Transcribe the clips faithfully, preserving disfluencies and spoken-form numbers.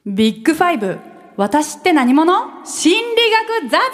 ビッグファイブ、私って何者？心理学雑談。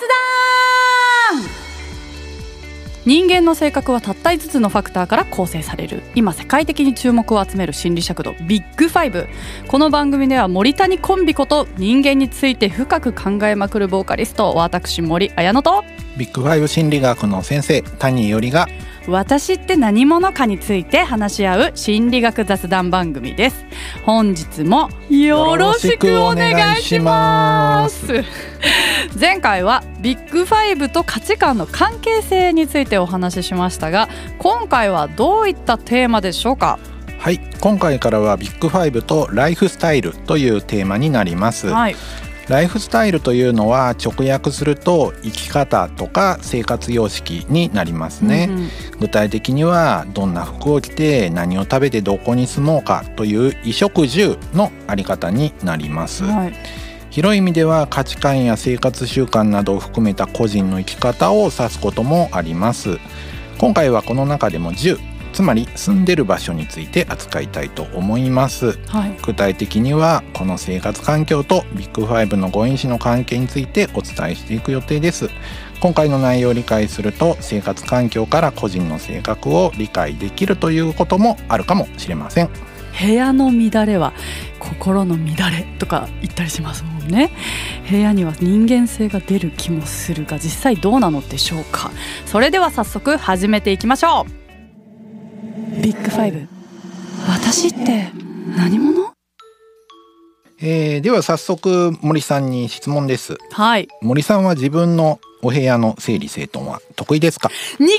人間の性格はたったいつつのファクターから構成される。今世界的に注目を集める心理尺度ビッグファイブ。この番組では森谷コンビこと人間について深く考えまくるボーカリスト私森綾乃とビッグファイブ心理学の先生谷伊織が私って何者かについて話し合う心理学雑談番組です。本日もよろしくお願いします。前回はビッグファイブと価値観の関係性についてお話ししましたが、今回はどういったテーマでしょうか？ はい、今回からはビッグファイブとライフスタイルというテーマになります。はい、ライフスタイルというのは直訳すると生き方とか生活様式になりますね。うんうん、具体的にはどんな服を着て何を食べてどこに住もうかという衣食住のあり方になります。はい、広い意味では価値観や生活習慣などを含めた個人の生き方を指すこともあります。今回はこの中でも住、つまり住んでる場所について扱いたいと思います。はい、具体的にはこの生活環境とビッグファイブのご因子の関係についてお伝えしていく予定です。今回の内容を理解すると生活環境から個人の性格を理解できるということもあるかもしれません。 部屋の乱れは心の乱れとか言ったりしますもんね。部屋には人間性が出る気もするが、実際どうなのでしょうか。それでは早速始めていきましょう。ビッグファイブ、私って何者？ えー、では早速森さんに質問です。 はい、 森さんは自分のお部屋の整理整頓は得意ですか？ 苦手です。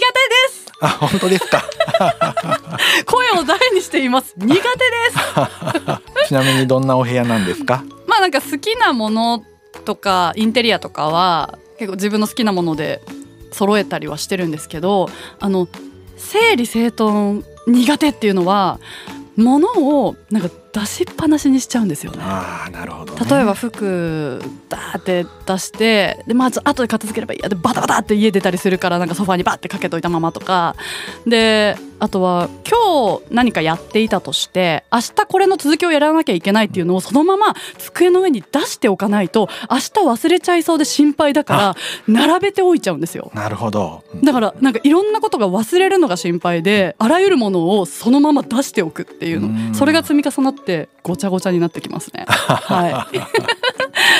あ、本当ですか？ 声を大にしています。苦手です。 ちなみにどんなお部屋なんですか？ まあなんか好きなものとかインテリアとかは結構自分の好きなもので揃えたりはしてるんですけど、あの整理整頓苦手っていうのは物をなんか出しっぱなしにしちゃうんですよね。 あー、なるほどね。 例えば服ダーって出してでまず後で片付ければいいやでバタバタって家出たりするから、なんかソファにバッてかけといたままとかで、あとは今日何かやっていたとして明日これの続きをやらなきゃいけないっていうのをそのまま机の上に出しておかないと明日忘れちゃいそうで心配だから並べておいちゃうんですよ。 なるほど。 だからなんかいろんなことが忘れるのが心配で、あらゆるものをそのまま出しておくっていうの、それが積み重なってごちゃごちゃになってきますね。はい、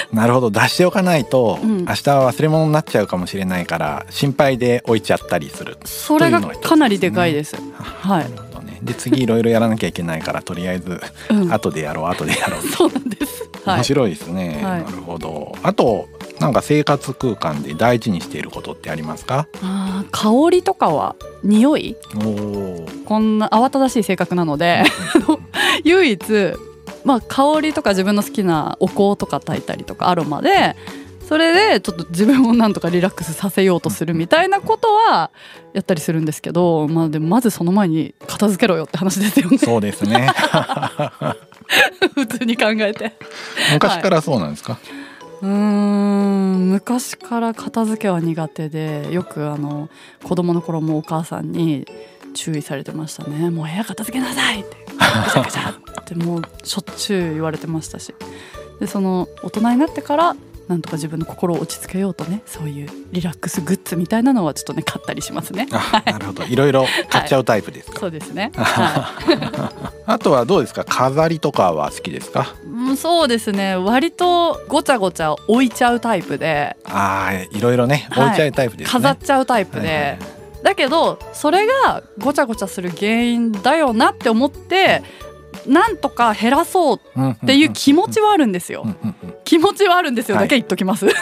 なるほど。出しておかないと、うん、明日は忘れ物になっちゃうかもしれないから心配で置いちゃったりする。 それがかなりでかいです。はい。 なるほどね。で次いろいろやらなきゃいけないからとりあえず、うん、後でやろう後でやろう。 そうなんです。 面白いですね。はい、なるほど。あとなんか生活空間で大事にしていることってありますか？ あ、香りとかは匂い。おこんな慌ただしい性格なので唯一、まあ、香りとか自分の好きなお香とか焚いたりとかアロマで、それでちょっと自分をなんとかリラックスさせようとするみたいなことはやったりするんですけど、まあ、でもまずその前に片付けろよって話ですよね。 そうですね。 普通に考えて。 昔からそうなんですか？はい、 うーん昔から片付けは苦手で、よくあの子供の頃もお母さんに注意されてましたね。もう部屋片付けなさいってぐちゃぐちゃってもうしょっちゅう言われてましたし、でその大人になってからなんとか自分の心を落ち着けようとね、そういうリラックスグッズみたいなのはちょっとね買ったりしますね。 あ、なるほど。いろいろ買っちゃうタイプですか？ はい、そうですね。はい、 あとはどうですか？飾りとかは好きですか？ うん、そうですね。割とごちゃごちゃ置いちゃうタイプで、 あー、いろいろね置いちゃうタイプですね。 飾っちゃうタイプで、はいはいはい、だけどそれがごちゃごちゃする原因だよなって思ってなんとか減らそうっていう気持ちはあるんですよ。気持ちはあるんですよ、はい、だけ言っときます。根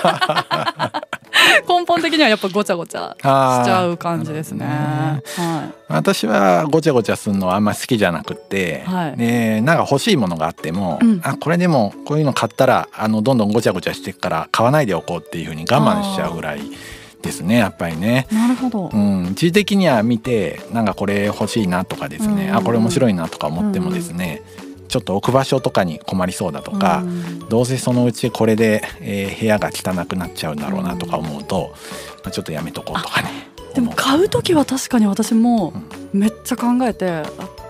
本的にはやっぱごちゃごちゃしちゃう感じですね。はい、 私はごちゃごちゃするのはあんまり好きじゃなくて、はい、でなんか欲しいものがあっても、うん、あこれでもこういうの買ったらあのどんどんごちゃごちゃしていくから買わないでおこうっていうふうに我慢しちゃうぐらいですね、やっぱりね。 なるほど。 うん、一時的には見てなんかこれ欲しいなとかですね、うんうんうん、あこれ面白いなとか思ってもですね、うんうん、ちょっと置く場所とかに困りそうだとか、うん、どうせそのうちこれで、えー、部屋が汚くなっちゃうんだろうなとか思うと、まあ、ちょっとやめとこうとかね。 でも買うときは確かに私もめっちゃ考えて、あ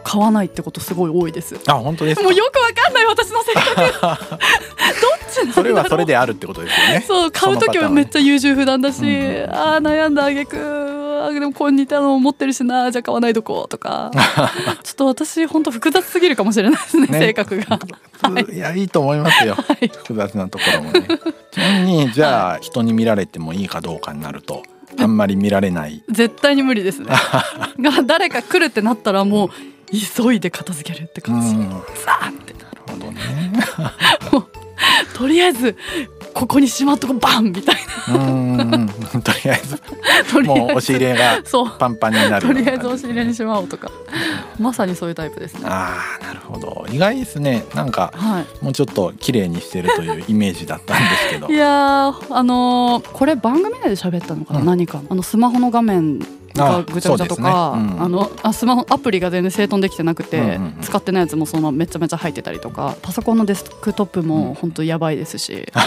買わないってことすごい多いです。 あ、本当ですか。 もうよくわかんない私の性格どっちなんだろう。 それはそれであるってことですよね。 そう、買うときはめっちゃ優柔不断だし、うん、あー悩んだあげくでもこう似たの持ってるしな、じゃあ買わないとことかちょっと私本当複雑すぎるかもしれないですね、ね、性格が、 はい、いやいいと思いますよ、はい、複雑なところもね。ちなみにじゃあ、はい、人に見られてもいいかどうかになるとあんまり見られない。 絶対に無理ですねが誰か来るってなったらもう急いで片付けるって感じ、さーって。 なるほどねもうとりあえずここにしまっとこバンみたいな。 うんとりあえずもう押し入れがパンパンになる。 とりあえず押し入れにしまおうとかまさにそういうタイプですね。 ああ、なるほど。意外ですね。なんか、はい、もうちょっと綺麗にしてるというイメージだったんですけどいやー、あのー、これ番組内で喋ったのかな、うん、何かあのスマホの画面がぐちゃぐちゃとか、ね、うん、あのあスマホアプリが全然整頓できてなくて、うんうんうん、使ってないやつもそのままめちゃめちゃ入ってたりとか、パソコンのデスクトップも本当やばいですし、うん、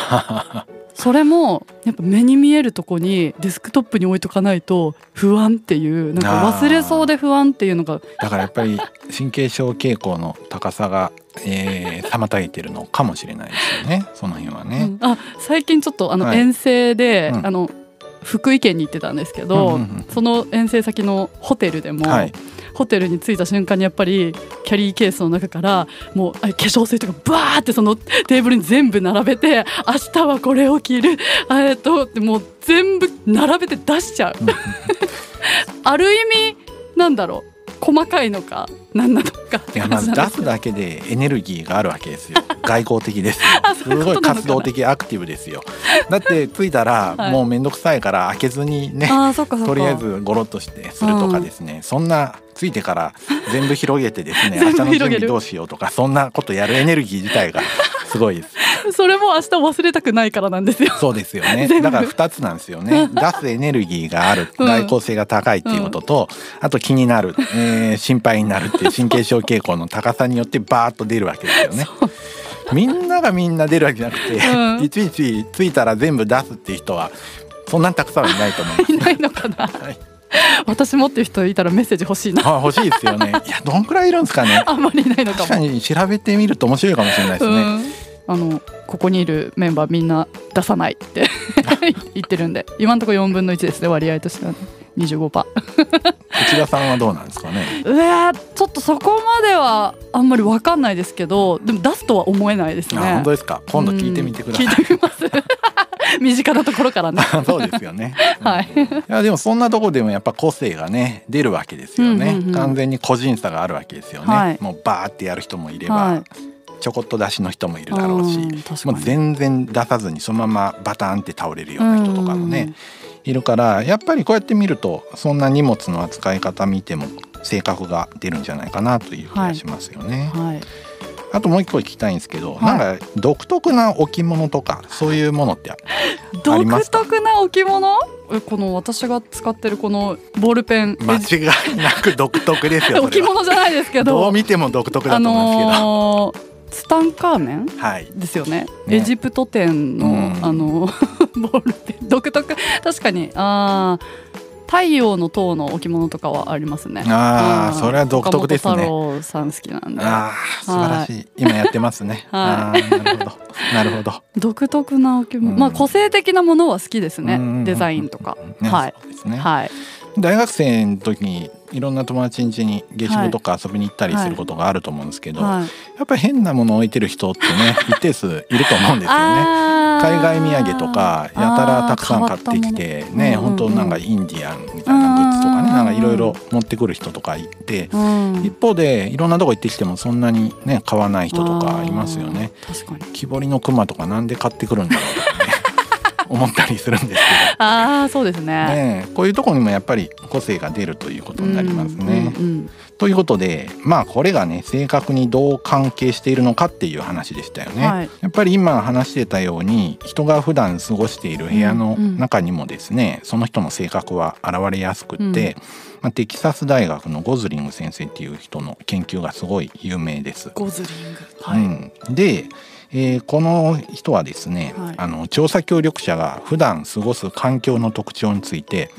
それもやっぱ目に見えるとこにデスクトップに置いとかないと不安っていう、なんか忘れそうで不安っていうのが、 だからやっぱり神経症傾向の高さがえー、妨げてるのかもしれないですよね、その辺はね、 うん、あ最近ちょっとあの遠征で、はい、あの福井県に行ってたんですけど、うんうんうん、その遠征先のホテルでも、はい、ホテルに着いた瞬間にやっぱりキャリーケースの中からもう化粧水とかバーってそのテーブルに全部並べて、明日はこれを着るえっともう全部並べて出しちゃうある意味なんだろう、細かいのか何なのかって感じなんですけど、 出すだけでエネルギーがあるわけですよ外交的ですよすごい活動的アクティブですよ。だって着いたらもうめんどくさいから開けずにね、 はい、とりあえずゴロッとしてするとかですね、うん、そんな着いてから全部広げてですね明日の準備どうしようとかそんなことやるエネルギー自体がすごいですそれも明日忘れたくないからなんですよ。 そうですよね。だからふたつなんですよね出すエネルギーがある、外交性が高いっていうことと、うん、あと気になる、えー、心配になるっていう神経症傾向の高さによってバーッと出るわけですよねみんながみんな出るわけじゃなくて、うん、いちいち着いたら全部出すっていう人はそんなにたくさんはいないと思いますいないのかな、はい、私もっていう人いたらメッセージ欲しいな。 あ、欲しいですよね。いや、どんくらいいるんですかね。 あんまりいないのかも。 確かに調べてみると面白いかもしれないですね、うん、 あのここにいるメンバーみんな出さないって言ってるんで、今のところよんぶんのいちですね、割合としては にじゅうごパーセント内田さんはどうなんですかね。 うわちょっとそこまではあんまり分かんないですけど、でも出すとは思えないですね。 あ、本当ですか。今度聞いてみてください、 うん、聞いてみます身近なところからねそうですよね、 はい、 いやでもそんなところでもやっぱ個性がね出るわけですよね、うんうんうん、完全に個人差があるわけですよね、はい、もうバーってやる人もいれば、はい、ちょこっと出しの人もいるだろうし、もう全然出さずにそのままバタンって倒れるような人とかもねいるから、やっぱりこうやって見るとそんな荷物の扱い方見ても性格が出るんじゃないかなという気がしますよね、はいはい。あともう一個聞きたいんですけど、はい、なんか独特な置物とかそういうものってありますか？ 独特な置物？この私が使ってるこのボールペン、 間違いなく独特ですよ置物じゃないですけど、 どう見ても独特だと思うんですけど、あのーツタンカーメン、はい、ですよ ね, ねエジプト展 の,、うん、あのボールペン独特、確かにあ太陽の塔の置物とかはありますね。 ああ、それは独特ですね。 岡本太郎さん好きなんで。 ああ、素晴らしい、はい、今やってますね、はい、あ、なるほどなるほど。 独特な置物、うん、まあ個性的なものは好きですね、うん、デザインとか、 ね、 はい、 そうですね、 はい。 大学生の時にいろんな友達ん家に下宿とか遊びに行ったりすることがあると思うんですけど、はいはい、やっぱり変なものを置いてる人ってね一定数いると思うんですよね。海外土産とかやたらたくさん買ってきてね、本当なんかインディアンみたいなグッズとかね、なんかいろいろ持ってくる人とかいて、一方でいろんなとこ行ってきてもそんなにね買わない人とかいますよね。 確かに木彫りの熊とかなんで買ってくるんだろうとかね思ったりするんですけど、 ああそうです ね, ねこういうところにもやっぱり個性が出るということになりますね、うんうんうん、ということでまあこれがね性格にどう関係しているのかっていう話でしたよね、はい、やっぱり今話してたように人が普段過ごしている部屋の中にもですね、うんうん、その人の性格は現れやすくって、うんまあ、テキサス大学のゴズリング先生っていう人の研究がすごい有名です。 ゴズリング、はい、 うん、でえー、この人はですね、はい、あの調査協力者が普段過ごす環境の特徴について、うん、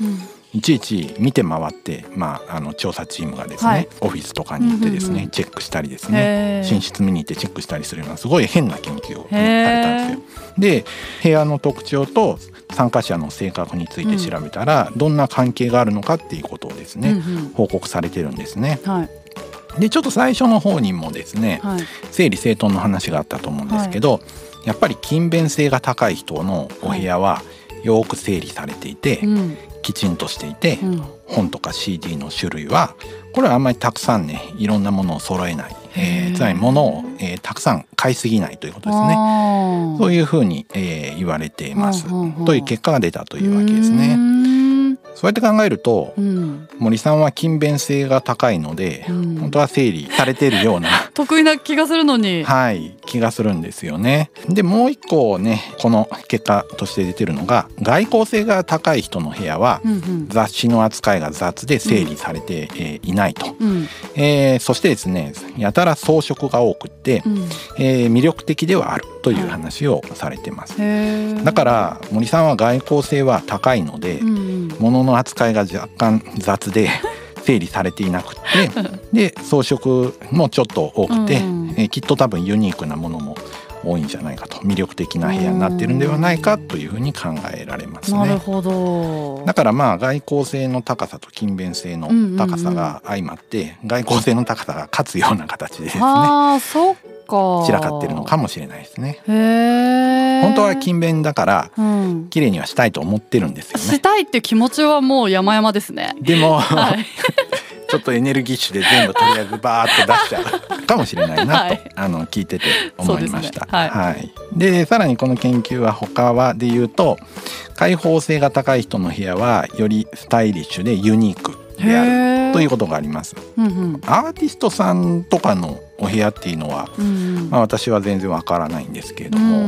いちいち見て回って、まあ、あの調査チームがですね、はい、オフィスとかに行ってですね、うんうんうん、チェックしたりですね、寝室見に行ってチェックしたりするようなすごい変な研究を、ね、されたんですよ。で部屋の特徴と参加者の性格について調べたら、うん、どんな関係があるのかっていうことをですね、うんうん、報告されてるんですね。はい、でちょっと最初の方にもですね、はい、整理整頓の話があったと思うんですけど、はい、やっぱり勤勉性が高い人のお部屋はよく整理されていて、うん、きちんとしていて、うん、本とか シーディー の種類はこれはあんまりたくさんねいろんなものを揃えない、えー、つまり物を、えー、たくさん買いすぎないということですね。そういうふうに、えー、言われていますという結果が出たというわけですね。そうやって考えると、うん、森さんは勤勉性が高いので、うん、本当は整理されているような得意な気がするのに、 はい、気がするんですよね。でもう一個ねこの結果として出てるのが外交性が高い人の部屋は、うんうん、雑誌の扱いが雑で整理されて、うんえー、いないと、うんえー、そしてですねやたら装飾が多くって、うんえー、魅力的ではあるという話をされてます、はい、だから森さんは外交性は高いので、うん、物の扱いが若干雑で整理されていなくってで装飾もちょっと多くて、うんえー、きっと多分ユニークなものも多いんじゃないかと魅力的な部屋になってるんではないかというふうに考えられますね。 なるほど。 だからまあ外交性の高さと勤勉性の高さが相まって、うんうんうん、外交性の高さが勝つような形でですねあそっか散らかってるのかもしれないですね。へ本当は勤勉だから綺麗にはしたいと思ってるんですよね。 したいっていう気持ちはもう山々ですね。 でも、はいちょっとエネルギッシュで全部とりあえずバーッと出しちゃうかもしれないなと、はい、あの聞いてて思いました。で、ねはいはい、でさらにこの研究は他はで言うと開放性が高い人の部屋はよりスタイリッシュでユニークであるということがあります、うんうん、アーティストさんとかのお部屋っていうのは、うんまあ、私は全然わからないんですけれども、うん、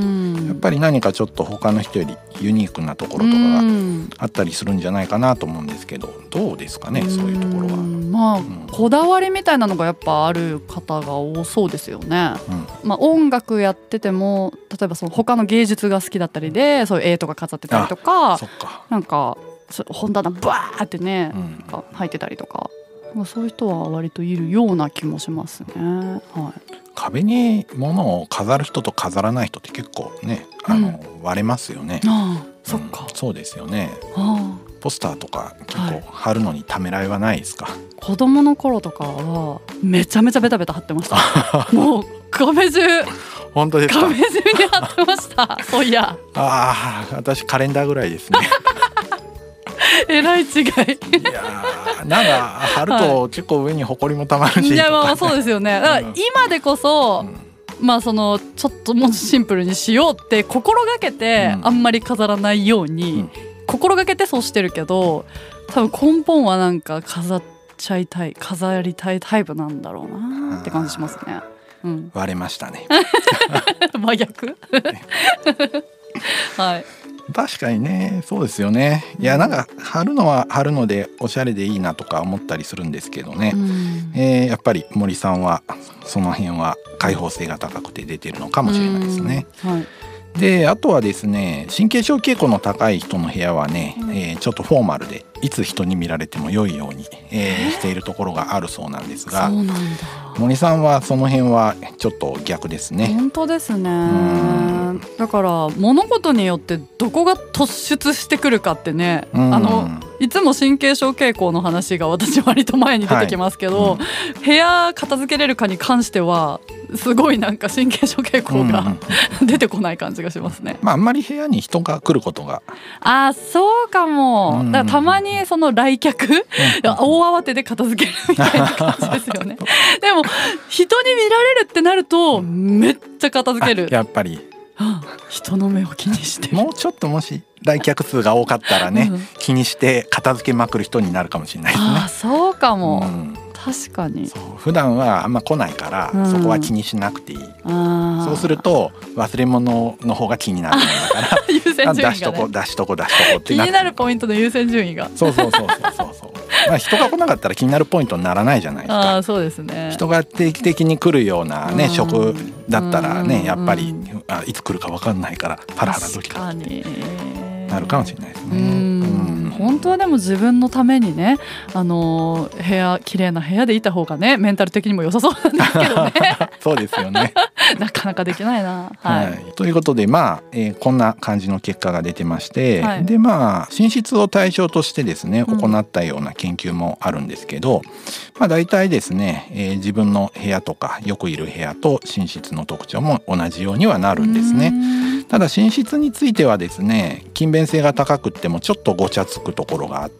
やっぱり何かちょっと他の人よりユニークなところとかがあったりするんじゃないかなと思うんですけどどうですかね、うん、そういうところは。 まあ、うん、こだわりみたいなのがやっぱある方が多そうですよね、うんまあ、音楽やってても例えばその他の芸術が好きだったりでそういう絵とか飾ってたりとかそっかなんか本棚バーってね、うん、なんか入ってたりとかそういう人は割といるような気もしますね、はい、 壁に物を飾る人と飾らない人って結構ねあの、うん、割れますよね。 ああ、そっか、 うん、そうですよね。ああポスターとか結構貼るのにためらいはないですか？はい、 子供の頃とかはめちゃめちゃベタベタ貼ってましたもう壁中本当ですか？ 壁中に貼ってましたそういやああ私カレンダーぐらいですねえらい違いいやなんか貼ると結構上にホコリもたまるし、はい、いやまあそうですよね。だから今でこそ、うん、まあそのちょっともうシンプルにしようって心がけて、うん、あんまり飾らないように、うん、心がけてそうしてるけど多分根本はなんか飾っちゃいたい飾りたいタイプなんだろうなって感じしますね、うん、 割れましたね真逆はい確かにねそうですよね。いやなんか貼るのは貼るのでおしゃれでいいなとか思ったりするんですけどね、うんえー、やっぱり森さんはその辺は開放性が高くて出てるのかもしれないですね、はい、であとはですね神経症傾向の高い人の部屋はね、うんえー、ちょっとフォーマルでいつ人に見られても良いように、えー、しているところがあるそうなんですがそうなんだ森さんはその辺はちょっと逆ですね。 本当ですね。だから物事によってどこが突出してくるかってねあのいつも神経症傾向の話が私割と前に出てきますけど、はいうん、部屋片付けれるかに関してはすごいなんか神経症傾向が、うん、出てこない感じがしますね。 まああんまり部屋に人が来ることがあそうかも。だからたまにその来客、うん、大慌てで片付けるみたいな感じですよねでも人に見られるってなるとめっちゃ片付ける。 やっぱり人の目を気にしてもうちょっともし来客数が多かったらね、うん、気にして片付けまくる人になるかもしれないですね。 あそうかも、うん確かにそう普段はあんま来ないから、うん、そこは気にしなくていい。そうすると忘れ物の方が気になるんだから優先順位が、ね、 出しとこ出しとこ出しとこって気になるポイントの優先順位がそうそうそうそうそうそうまあ人が来なかったら気になるポイントにならないじゃないですか。 あそうですね。 人が定期的に来るようなね職だったらねやっぱりあいつ来るか分かんないからハラハラドキドキってなるかもしれないですね。うん本当はでも自分のためにね、あの部屋綺麗な部屋でいた方がねメンタル的にも良さそうなんですけどねそうですよねなかなかできないな、はいはい、ということでまあ、えー、こんな感じの結果が出てまして、はい、でまあ寝室を対象としてですね行ったような研究もあるんですけど、うん、まあ大体ですね、えー、自分の部屋とかよくいる部屋と寝室の特徴も同じようにはなるんですね。ただ寝室についてはですね勤便性が高くってもちょっとごちゃつくところがあって、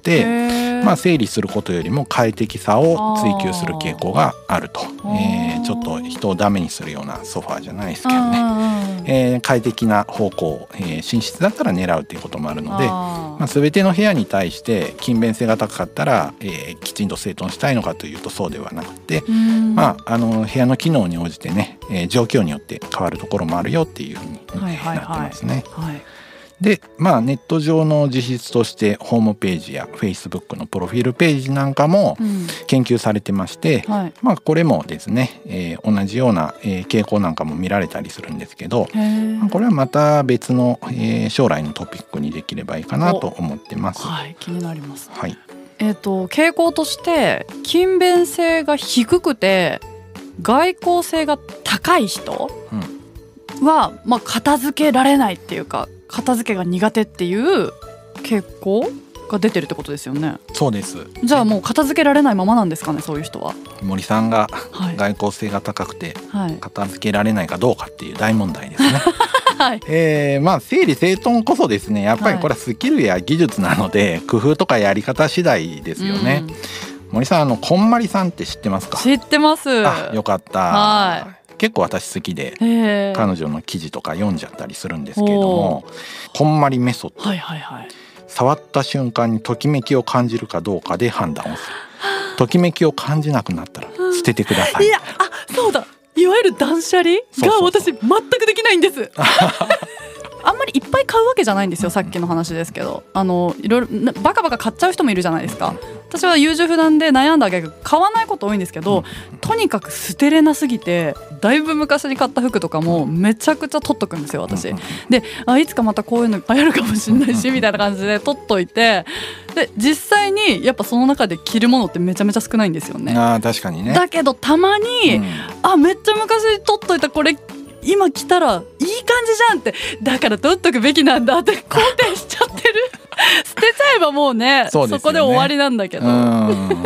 まあ、整理することよりも快適さを追求する傾向があると、えー、ちょっと人をダメにするようなソファーじゃないですけどね、えー、快適な方向を、えー、寝室だったら狙うということもあるので、まあ、全ての部屋に対して勤便性が高かったら、えー、きちんと整頓したいのかというとそうではなくて、まあ、あの部屋の機能に応じてね、えー、状況によって変わるところもあるよっていうふうになってますね。はいはいはい、でまあ、ネット上の実質としてホームページや Facebook のプロフィールページなんかも研究されてまして、うんはい、まあ、これもですね、えー、同じような、えー、傾向なんかも見られたりするんですけど、まあ、これはまた別の、えー、将来のトピックにできればいいかなと思ってます。 はい、気になります、ね。 はい、 えーと、傾向として勤便性が低くて外交性が高い人は、うん、まあ、片付けられないっていうか片付けが苦手っていう傾向が出てるってことですよね。 そうです。 じゃあもう片付けられないままなんですかね、そういう人は。 森さんが外交性が高くて片付けられないかどうかっていう大問題ですね。はい、えー、まあ整理整頓こそですねやっぱりこれはスキルや技術なので、はい、工夫とかやり方次第ですよね。うん、森さん、あのこんまりさんって知ってますか？ 知ってます。 あ、よかった。 はい、 結構私好きで彼女の記事とか読んじゃったりするんですけれども、こんまりメソッド、はいはいはい、触った瞬間にときめきを感じるかどうかで判断をする。ときめきを感じなくなったら捨ててください。 いや、あ、そうだ、いわゆる断捨離が私全くできないんですあんまりいっぱい買うわけじゃないんですよ。さっきの話ですけど、あのいろいろバカバカ買っちゃう人もいるじゃないですか。私は優柔不断で悩んだ挙句買わないこと多いんですけど、とにかく捨てれなすぎてだいぶ昔に買った服とかもめちゃくちゃ取っとくんですよ私で。あ、いつかまたこういうの流行るかもしれないしみたいな感じで取っといて、で実際にやっぱその中で着るものってめちゃめちゃ少ないんですよね。 あ、確かにね。 だけどたまに、うん、あ、めっちゃ昔取っといたこれ今着たらいい感じじゃんって、だから取っとくべきなんだって肯定しちゃってる捨てちゃえばもう ね, そ, うですよね、そこで終わりなんだけど、うん、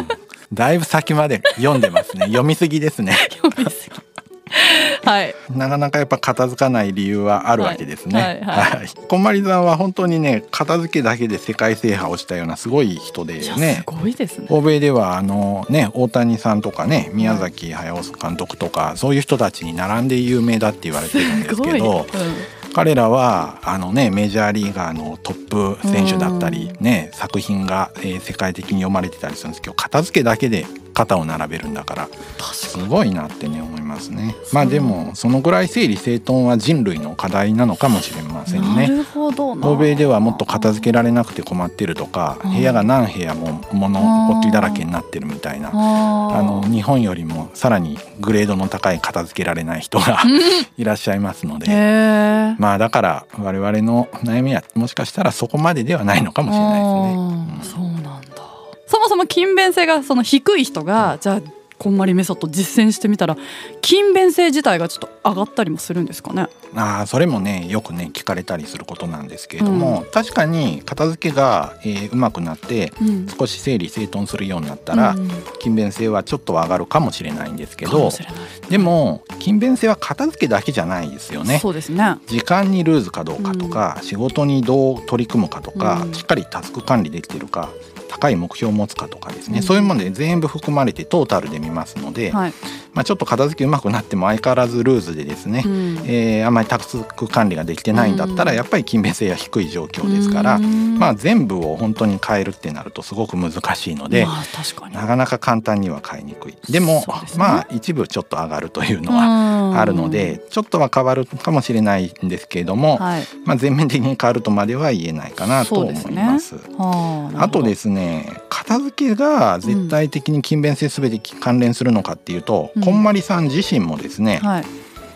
だいぶ先まで読んでますね。読みすぎですね。 読みすぎはい、 なかなかやっぱ片付かない理由はあるわけですね。はいはいはい、こんまりさんは本当にね片付けだけで世界制覇をしたようなすごい人でね。 すごいですね。 欧米ではあの、ね、大谷さんとかね宮崎駿監督とかそういう人たちに並んで有名だって言われてるんですけど、うん、彼らはあの、ね、メジャーリーガーのトップ選手だったり、ね、作品が、えー、世界的に読まれてたりするんですけど、片付けだけで肩を並べるんだからすごいなってね思いますね。まあでもそのぐらい整理整頓は人類の課題なのかもしれませんね。 なるほどな。 欧米ではもっと片付けられなくて困ってるとか、部屋が何部屋も物置だらけになってるみたいな、あの日本よりもさらにグレードの高い片付けられない人がいらっしゃいますのでまあだから我々の悩みはもしかしたらそこまでではないのかもしれないですね。 うん、そうなんだ。そもそも勤便性がその低い人が、うん、じゃあこんまりメソッド実践してみたら勤便性自体がちょっと上がったりもするんですかね。 あ、それもねよくね聞かれたりすることなんですけれども、うん、確かに片付けが、えー、うまくなって、うん、少し整理整頓するようになったら、うん、勤便性はちょっと上がるかもしれないんですけど、でも勤便性は片付けだけじゃないですよね。 そうですね。 時間にルーズかどうかとか、うん、仕事にどう取り組むかとか、うん、しっかりタスク管理できてるか、高い目標を持つかとかですね、うん、そういうもので全部含まれてトータルで見ますので、はい、まあ、ちょっと片付けうまくなっても相変わらずルーズでですね、うん、えー、あまりタスク管理ができてないんだったらやっぱり勤便性が低い状況ですから、うん、まあ、全部を本当に変えるってなるとすごく難しいので、まあ、確かになかなか簡単には変えにくい。でもで、ね、まあ一部ちょっと上がるというのはあるので、ちょっとは変わるかもしれないんですけれども、はい、まあ、全面的に変わるとまでは言えないかなと思います。あとですね、片付けが絶対的に勤便性すべて関連するのかっていうと、うん、こんまりさん自身もですね、はい、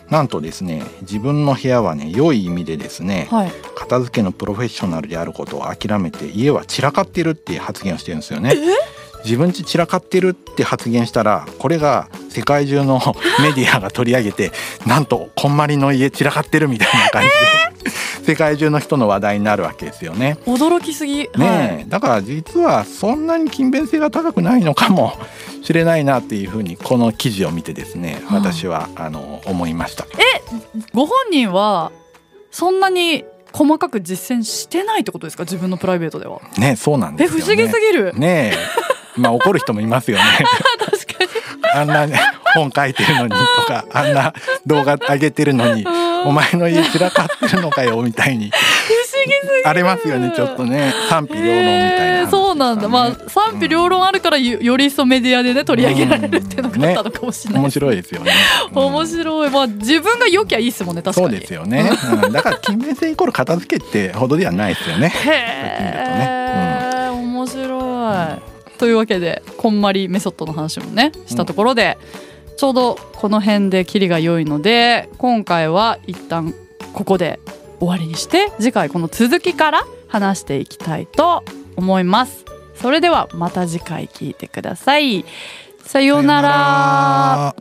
なんとですね、自分の部屋はね良い意味でですね、はい、片付けのプロフェッショナルであることを諦めて家は散らかってるって発言をしてるんですよね。自分家散らかってるって発言したら、これが世界中のメディアが取り上げてなんとこんまりの家散らかってるみたいな感じで、えー、世界中の人の話題になるわけですよね。 驚きすぎ、 ねえ、はい、だから実はそんなに勤勉性が高くないのかもしれないなっていうふうにこの記事を見てですね、私はあの思いました。 え、ご本人はそんなに細かく実践してないってことですか、自分のプライベートでは。 ね、そうなんですよね。 え、不思議すぎるねえまあ怒る人もいますよね確かにあんな、ね、本書いてるのにとか、あんな動画上げてるのにお前の家散らかってるのかよみたいに不思議すぎるありますよね、ちょっとね、賛否両論みたいな、ね、 えー、そうなんだ、まあ賛否両論あるから よ, より一層メディアでね取り上げられるっていうのがあったのかもしれない、ね、 面白いですよね、 うん、面白い、まあ自分が良きゃいいですもんね、確かに。 そうですよね、うん、だから勤勉性イコール片付けってほどではないですよねへえ、うん、面白い、うんというわけでこんまりメソッドの話もねしたところで、うん、ちょうどこの辺でキリが良いので、今回は一旦ここで終わりにして、次回この続きから話していきたいと思います。それではまた次回聞いてください。さようなら。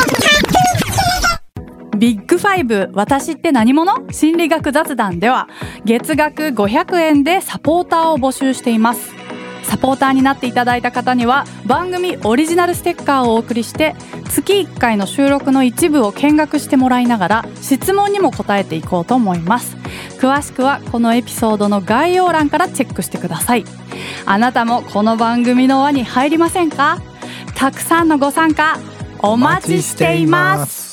ビッグファイブ私って何者？心理学雑談では月額ごひゃくえんでサポーターを募集しています。サポーターになっていただいた方には番組オリジナルステッカーをお送りして、月いっかいの収録の一部を見学してもらいながら質問にも答えていこうと思います。詳しくはこのエピソードの概要欄からチェックしてください。あなたもこの番組の輪に入りませんか？たくさんのご参加お待ちしています。